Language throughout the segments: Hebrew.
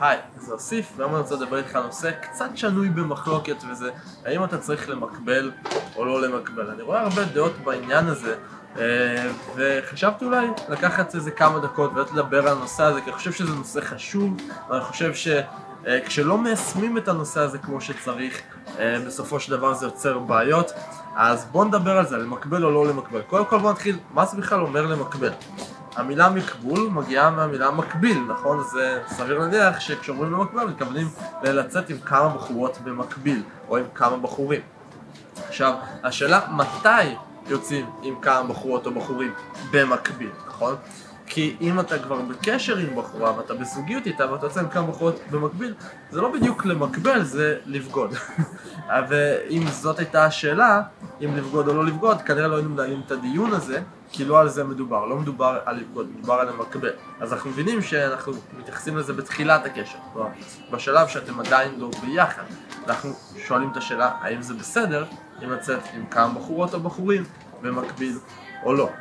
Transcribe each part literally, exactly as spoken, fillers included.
היי, זה אוסיף, והיום אני רוצה לדבר איתך על נושא קצת שנוי במחלוקת, וזה האם אתה צריך למקבל או לא למקבל. אני רואה הרבה דעות בעניין הזה, וחשבתי אולי לקחת איזה כמה דקות ולדבר על הנושא הזה, כי אני חושב שזה נושא חשוב, ואני חושב שכשלא מיישמים את הנושא הזה כמו שצריך, בסופו של דבר זה יוצר בעיות. אז בוא נדבר על זה, למקבל או לא למקבל. קודם כל בוא נתחיל, מה זה בכלל אומר למקבל? המילה מקבול מגיעה מהמילה מקביל, נכון? זה סביר להניח שכשאומרים למקבל מתכוונים לצאת עם כמה בחורות במקביל, או עם כמה בחורים. עכשיו, השאלה מתי יוצאים עם כמה בחורות או בחורים במקביל, נכון? כי אם אתה כבר בקשר עם בחורה ואתה בזוגיות איתה ואתה יוצא עם כמה בחורות במקביל, זה לא בדיוק למקבל, זה לבגוד. ואם זאת הייתה השאלה, אם לבגוד או לא לבגוד, כנראה לא היינו מנהלים את הדיון הזה, כי לא על זה מדובר, לא מדובר על לבגוד, מדובר על למקבל. אז אנחנו מבינים שאנחנו מתייחסים לזה בתחילת הקשר, בשלב שאתם עדיין לא ביחד. אנחנו שואלים את השאלה, האם זה בסדר אם לצאת עם כמה בחורות או בחורים במקביל או לא,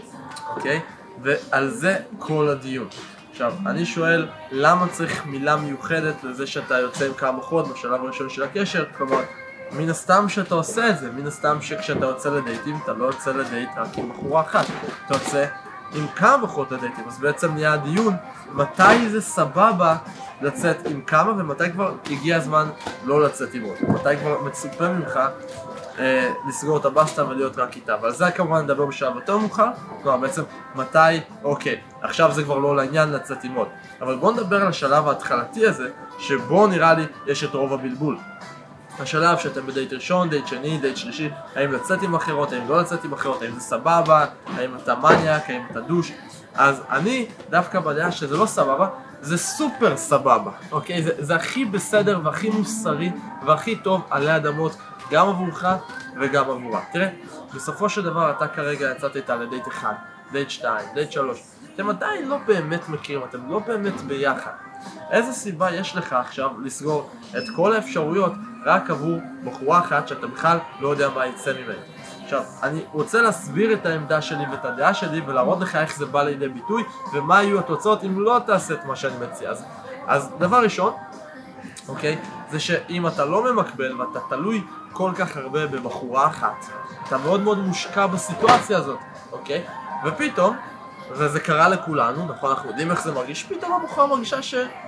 אוקיי? ועל זה כל הדיון. עכשיו, אני שואל, למה צריך מילה מיוחדת לזה שאתה יוצא עם כמה בחורות בשלב הראשון של הקשר? כלומר, מן הסתם שאתה עושה את זה, מן הסתם שכשאתה יוצא לדייטים, אתה לא יוצא לדייט רק עם בחורה אחת, אתה יוצא עם כמה בחורות לדייטים. אז בעצם נהיה הדיון, מתי זה סבבה לצאת עם כמה ומתי כבר הגיע הזמן לא לצאת עם עוד, מתי כבר מצופה ממך אה, לסגור את הבסטה ולהיות רק איתה. אבל זה כמובן נדבר בשלב יותר מאוחר, כלומר בעצם מתי, אוקיי, עכשיו זה כבר לא לעניין לצאת עם עוד. אבל בואו נדבר על השלב ההתחלתי הזה, שבו נראה לי יש את רוב הבלבול. השלב שאתם בדייט ראשון, דייט שני, דייט שלישי, האם לצאת עם אחרות, האם לא לצאת עם אחרות, האם זה סבבה, האם אתה מניאק, האם אתה דוש. אז אני דווקא בדעה שזה לא סבבה, זה סופר סבבה, אוקיי? זה, זה הכי בסדר והכי מוסרי והכי טוב עלי אדמות, גם עבורך וגם עבורה. תראה, בסופו של דבר אתה כרגע יצאת איתה לדייט אחד, דייט שתיים, דייט שלוש. אתם עדיין לא באמת מכירים, אתם לא באמת ביחד. איזה סיבה יש לך עכשיו לסגור את כל האפשרויות רק עבור בחורה אחת שאתה בכלל לא יודע מה יצא ממנו? עכשיו, אני רוצה להסביר את העמדה שלי ואת הדעה שלי ולהראות לך איך זה בא לידי ביטוי ומה יהיו התוצאות אם לא תעשה את מה שאני מציע. אז, אז דבר ראשון, אוקיי, זה שאם אתה לא ממקבל ואתה תלוי כל כך הרבה בבחורה אחת, אתה מאוד מאוד מושקע בסיטואציה הזאת, אוקיי? ופתאום, וזה קרה לכולנו, נכון, אנחנו יודעים איך זה מרגיש, פתאום הבחורה מרגישה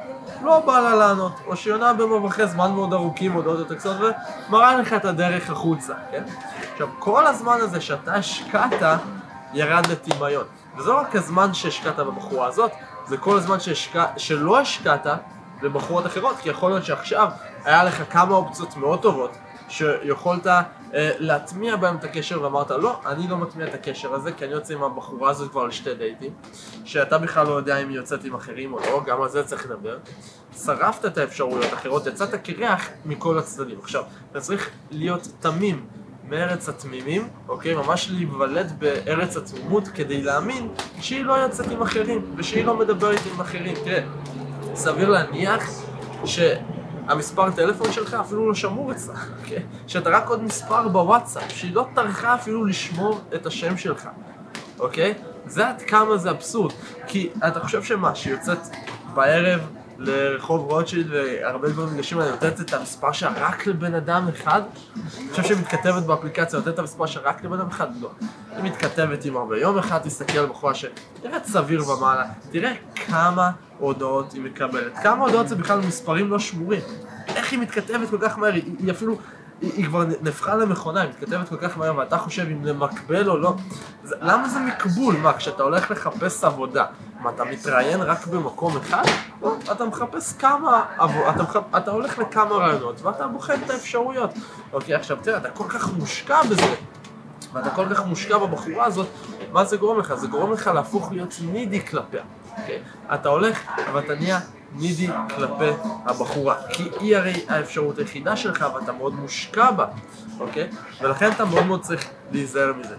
שלא בא לה לענות, או שיונה במרווחי זמן מאוד ארוכים, הודעות יותר קצת, ומראה לך את הדרך החוצה, כן? עכשיו, כל הזמן הזה שאתה השקעת, ירד לטמיון. וזה לא רק הזמן שהשקעת בבחורה הזאת, זה כל הזמן שהשקע... שלא השקעת לבחורות אחרות, כי יכול להיות שעכשיו היה לך כמה אופציות מאוד טובות, שיכולת אה, להטמיע בהם את הקשר, ואמרת, לא, אני לא מטמיע את הקשר הזה, כי אני יוצא עם הבחורה הזאת כבר על שתי דייטים, שאתה בכלל לא יודע אם היא יוצאת עם אחרים או לא, גם על זה צריך לדבר. שרפת את האפשרויות אחרות, יצאת קרח מכל הצדדים. עכשיו, אתה צריך להיות תמים מארץ התמימים, אוקיי? ממש להיוולד בארץ התמימות כדי להאמין שהיא לא יוצאת עם אחרים, ושהיא לא מדברת עם אחרים. תראה, סביר להניח ש... המספר טלפון שלך אפילו לא שמור אצלה, אוקיי? שאתה רק עוד מספר בוואטסאפ, שהיא לא טרחה אפילו לשמור את השם שלך, אוקיי? זה עד כמה זה אבסורד, כי אתה חושב שמה, שיוצאת בערב לרחוב רוטשילד והרבה דברים ניגשים, אני נותנת את המספר שרק לבן אדם אחד? אני חושב שהיא מתכתבת באפליקציה, נותנת את המספר שרק לבן אדם אחד? לא. היא מתכתבת עם הרבה. יום אחד תסתכל על בחורה שתראה סביר ומעלה, תראה כמה הודעות היא מקבלת. כמה הודעות זה בכלל מספרים לא שמורים. איך היא מתכתבת כל כך מהר? היא, היא אפילו, היא, היא כבר נפחה למכונה, היא מתכתבת כל כך מהר, ואתה חושב אם למקבל או לא. זה, למה זה מקבול? מה, כשאתה הולך לחפש עבודה, מה, אתה מתראיין רק במקום אחד? לא, אתה מחפש כמה עבודה, אתה, מחפ... אתה הולך לכמה רעיונות, ואתה בוחן את האפשרויות. אוקיי, עכשיו תראה, אתה כל כך מושקע בזה, ואתה כל כך מושקע בבחורה הזאת, מה זה גורם לך? זה גורם לך להפוך להיות נידי כלפיה. אוקיי? אתה הולך, אבל אתה נהיה נידי כלפי הבחורה, כי היא הרי האפשרות היחידה שלך, ואתה מאוד מושקע בה, אוקיי? ולכן אתה מאוד מאוד צריך להיזהר מזה.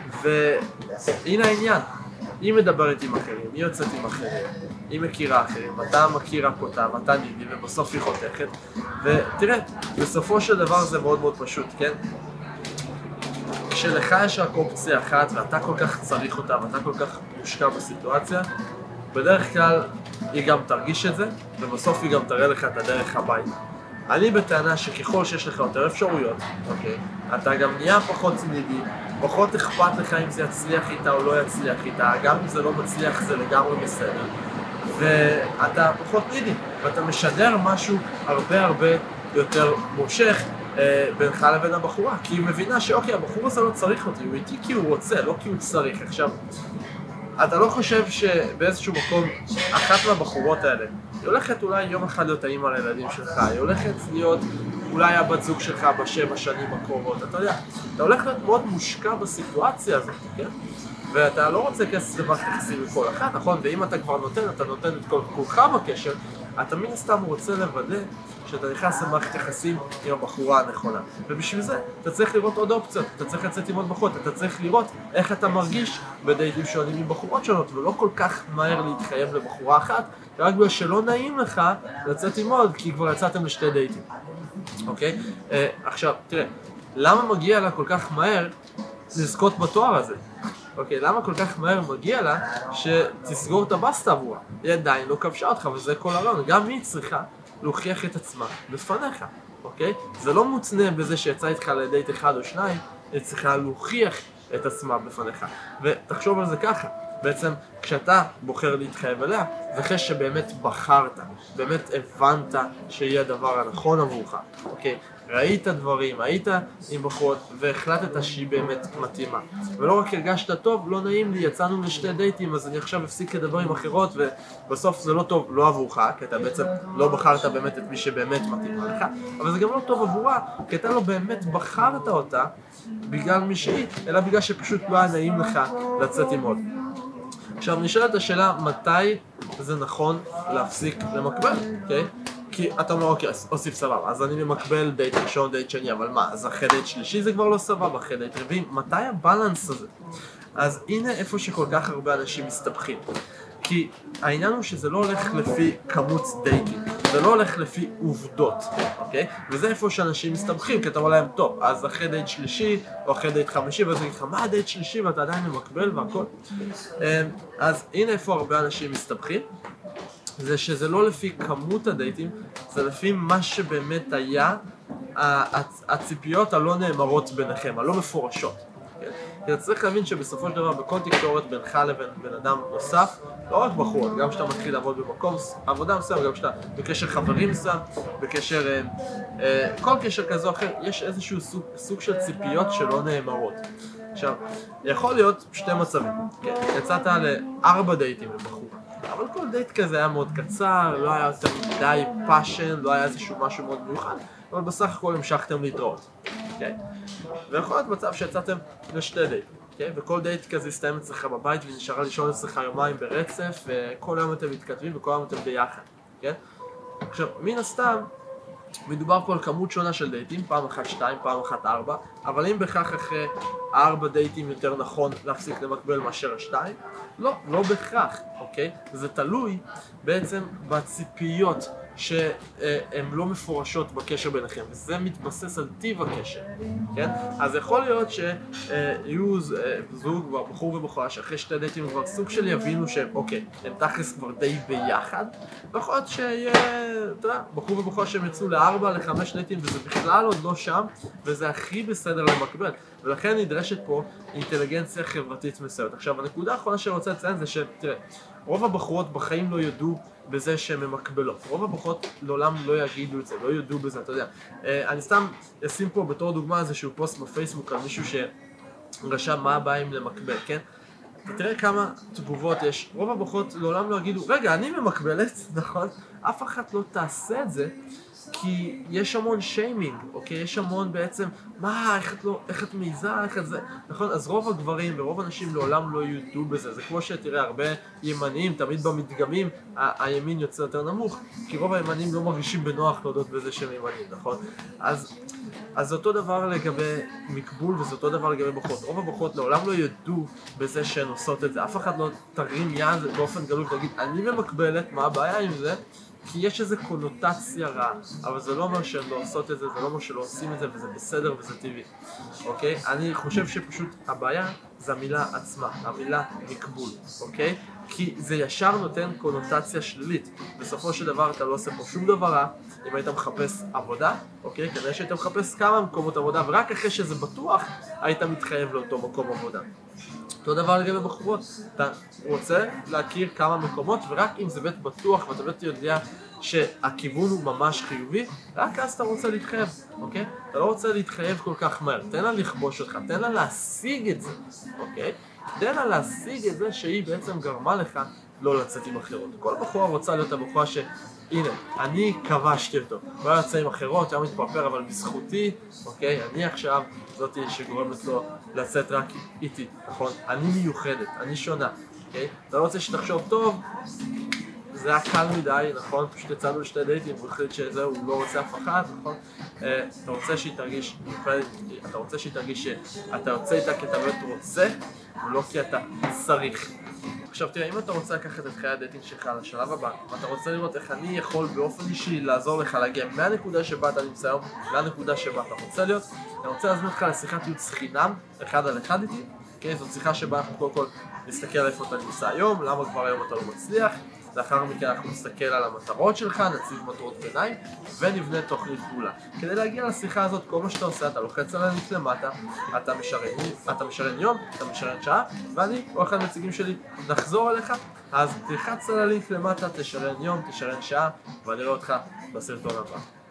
והנה העניין, היא מדברת עם אחרים, היא יוצאת עם אחרים, היא מכירה אחרים, אתה מכיר רק אותם, אתה נידי, ובסוף היא חותכת. ותראה, בסופו של דבר זה מאוד מאוד פשוט, כן? כשלך יש רק אופציה אחת, ואתה כל כך צריך אותה, ואתה כל כך מושקע בסיטואציה, בדרך כלל היא גם תרגיש את זה, ובסוף היא גם תראה לך את הדרך הביתה. אני בטענה שככל שיש לך יותר אפשרויות, אוקיי, אתה גם נהיה פחות תמידי, פחות אכפת לך אם זה יצליח איתה או לא יצליח איתה, גם אם זה לא מצליח זה לגמרי בסדר. ואתה פחות תמידי, ואתה משדר משהו הרבה הרבה יותר מושך אה, בינך לבין הבחורה, כי היא מבינה שאוקיי, הבחור הזה לא צריך אותי, הוא איתי כי הוא רוצה, לא כי הוא צריך. עכשיו, אתה לא חושב שבאיזשהו מקום אחת מהבחורות האלה היא הולכת אולי יום אחד להיות האמא לילדים שלך, היא הולכת להיות אולי הבת זוג שלך בשבע שנים הקרובות, אתה יודע, אתה הולך להיות מאוד מושקע בסיטואציה הזאת, כן? ואתה לא רוצה כסף למערכת יחסים מכל אחת, נכון? ואם אתה כבר נותן, אתה נותן את כל כולך בקשר, אתה מן הסתם רוצה לוודא שאתה נכנס למערכת יחסים עם הבחורה הנכונה. ובשביל זה, אתה צריך לראות עוד אופציות, אתה צריך לצאת עם עוד בחורות, אתה צריך לראות איך אתה מרגיש בדייטים שונים עם בחורות שונות, ולא כל כך מהר להתחייב לבחורה אחת, רק בגלל שלא נעים לך לצאת עם עוד, כי כבר יצאתם לשתי דייטים. אוקיי? Uh, עכשיו, תראה, למה מגיע לה כל כך מהר לזכות בתואר הזה? אוקיי, למה כל כך מהר מגיע לה שתסגור את הבסטה עבורה? היא עדיין לא כבשה אותך, וזה כל הרעיון. גם היא צריכה להוכיח את עצמה בפניך, אוקיי? זה לא מוצנה בזה שיצא איתך לדייט אחד או שניים, היא צריכה להוכיח את עצמה בפניך. ותחשוב על זה ככה, בעצם כשאתה בוחר להתחייב אליה, זה אחרי שבאמת בחרת, באמת הבנת שהיא הדבר הנכון עבורך, אוקיי? ראית דברים, היית עם בחורות והחלטת שהיא באמת מתאימה. ולא רק הרגשת טוב, לא נעים לי, יצאנו לשתי דייטים, אז אני עכשיו אפסיק לדבר עם אחרות, ובסוף זה לא טוב, לא עבורך, כי אתה בעצם לא בחרת באמת את מי שבאמת מתאימה לך, אבל זה גם לא טוב עבורה, כי אתה לא באמת בחרת אותה בגלל מי שהיא, אלא בגלל שפשוט לא היה נעים לך לצאת עם עוד. עכשיו נשאלת השאלה, מתי זה נכון להפסיק למקבל, אוקיי? כי אתה אומר, אוקיי, אוסיף סבבה, אז אני ממקבל דייט ראשון, דייט שני, אבל מה, אז אחרי דייט שלישי זה כבר לא סבבה, אחרי דייט רביעי, מתי הבלנס הזה? אז הנה איפה שכל כך הרבה אנשים מסתבכים. כי העניין הוא שזה לא הולך לפי כמות דייטים, זה לא הולך לפי עובדות, אוקיי? וזה איפה שאנשים מסתבכים, כי אתה אומר להם, טוב, אז אחרי דייט שלישי, או אחרי דייט חמישי, ואז אני אגיד לך, מה הדייט שלישי, ואתה עדיין ממקבל והכל? אז הנה איפה הרבה אנשים מסתבכים. זה שזה לא לפי כמות הדייטים, זה לפי מה שבאמת היה הציפיות הלא נאמרות ביניכם, הלא מפורשות. כי אתה צריך להבין שבסופו של דבר בכל תקשורת בינך לבין בן אדם נוסף, לא רק בחורות, גם כשאתה מתחיל לעבוד במקום עבודה מסוים, גם כשאתה בקשר חברים מסוים, בקשר, אה, אה, כל קשר כזה או אחר, יש איזשהו סוג, סוג של ציפיות שלא נאמרות. עכשיו, יכול להיות שתי מצבים, כן? יצאת לארבע דייטים לבחורה, אבל כל דייט כזה היה מאוד קצר, לא היה יותר מדי פאשן, לא היה איזשהו משהו מאוד מיוחד, אבל בסך הכל המשכתם להתראות, אוקיי? ויכול להיות מצב שיצאתם לשתי דייט, אוקיי? וכל דייט כזה הסתיים אצלך בבית ונשארה לישון אצלך יומיים ברצף, וכל יום אתם מתכתבים וכל יום אתם ביחד, אוקיי? עכשיו, מן הסתם, מדובר פה על כמות שונה של דייטים, פעם אחת שתיים, פעם אחת ארבע, אבל אם בכך אחרי ארבע דייטים יותר נכון להפסיק למקבל מאשר השתיים? לא, לא בכך, אוקיי? זה תלוי בעצם בציפיות שהן לא מפורשות בקשר ביניכם, וזה מתבסס על טיב הקשר, כן? אז יכול להיות שיהיו זוג, בחור ובחורה, שאחרי שתי דייטים כבר סוג של יבינו שהם, אוקיי, הם תכלס כבר די ביחד, ויכול להיות שיהיה, אתה יודע, בחור ובחורה שהם יצאו לארבע, לחמש דייטים, וזה בכלל עוד לא שם, וזה הכי בסדר למקבל, ולכן נדרשת פה אינטליגנציה חברתית מסוימת. עכשיו, הנקודה האחרונה שאני רוצה לציין זה שתראה, רוב הבחורות בחיים לא ידעו בזה שהן ממקבלות. רוב הבחורות לעולם לא יגידו את זה, לא ידעו בזה, אתה יודע. אני סתם אשים פה בתור דוגמה איזשהו פוסט בפייסבוק על מישהו שרשם מה הבעיה עם למקבל, כן? תראה כמה תגובות יש. רוב הבחורות לעולם לא יגידו, רגע, אני ממקבלת, נכון? אף אחת לא תעשה את זה, כי יש המון שיימינג, אוקיי? יש המון בעצם, מה, איך את לא, איך את מעיזה, איך את זה, נכון? אז רוב הגברים ורוב האנשים לעולם לא יודו בזה. זה כמו שתראה, הרבה ימניים, תמיד במדגמים, ה- הימין יוצא יותר נמוך, כי רוב הימנים לא מרגישים בנוח להודות בזה שהם ימנים, נכון? אז, אז זה אותו דבר לגבי מקבול, וזה אותו דבר לגבי בחורות. רוב הבחורות לעולם לא יודו בזה שהן עושות את זה. אף אחד לא תרים יד באופן גלוי ותגיד, אני ממקבלת, מה הבעיה עם זה? כי יש איזו קונוטציה רעה, אבל זה לא אומר שהן לא עושות את זה, זה לא אומר שלא עושים את זה, וזה בסדר וזה טבעי, אוקיי? אני חושב שפשוט הבעיה זה המילה עצמה, המילה מקבול, אוקיי? כי זה ישר נותן קונוטציה שלילית. בסופו של דבר אתה לא עושה פה שום דבר רע. אם היית מחפש עבודה, אוקיי? כנראה שהיית מחפש כמה מקומות עבודה, ורק אחרי שזה בטוח, היית מתחייב לאותו מקום עבודה. אותו דבר לגבי בחורות, אתה רוצה להכיר כמה מקומות, ורק אם זה בית בטוח ואתה בית יודע שהכיוון הוא ממש חיובי, רק אז אתה רוצה להתחייב, אוקיי? אתה לא רוצה להתחייב כל כך מהר, תן לה לכבוש אותך, תן לה להשיג את זה, אוקיי? תן לה להשיג את זה שהיא בעצם גרמה לך לא לצאת עם אחרות. כל בחורה רוצה להיות הבחורה ש... הנה, אני כבשתי אותו, הוא היה יוצא עם אחרות, היה מתפרפר, אבל בזכותי, אוקיי, אני עכשיו זאתי שגורמת לו לצאת רק איתי, נכון? אני מיוחדת, אני שונה, אוקיי? אתה לא רוצה שתחשוב טוב, זה היה קל מדי, נכון? פשוט יצאנו לשתי דייטים, הוא החליט שזהו, הוא לא רוצה אף אחד, נכון? אתה רוצה שהיא תרגיש מיוחדת, אתה רוצה שהיא תרגיש שאתה יוצא איתה כי אתה באמת רוצה, ולא כי אתה צריך. עכשיו תראה, אם אתה רוצה לקחת את חיי הדייטינג שלך לשלב הבא, ואתה רוצה לראות איך אני יכול באופן אישי לעזור לך להגיע מהנקודה שבה אתה נמצא היום לנקודה שבה אתה רוצה להיות, אני רוצה להזמין אותך לשיחת ייעוץ חינם, אחד על אחד איתי, אוקיי? זאת שיחה שבה אנחנו קודם כל נסתכל על איפה אתה נמצא היום, למה כבר היום אתה לא מצליח, לאחר מכן אנחנו נסתכל על המטרות שלך, נציב מטרות ביניים, ונבנה תוכנית פעולה. כדי להגיע לשיחה הזאת, כל מה שאתה עושה, אתה לוחץ על הלינק למטה, אתה משרן, אתה משרן יום, אתה משרן שעה, ואני, או אחד הנציגים שלי, נחזור אליך, אז תלחץ על הלינק למטה, תשרן יום, תשרן שעה, ואני רואה אותך בסרטון הבא.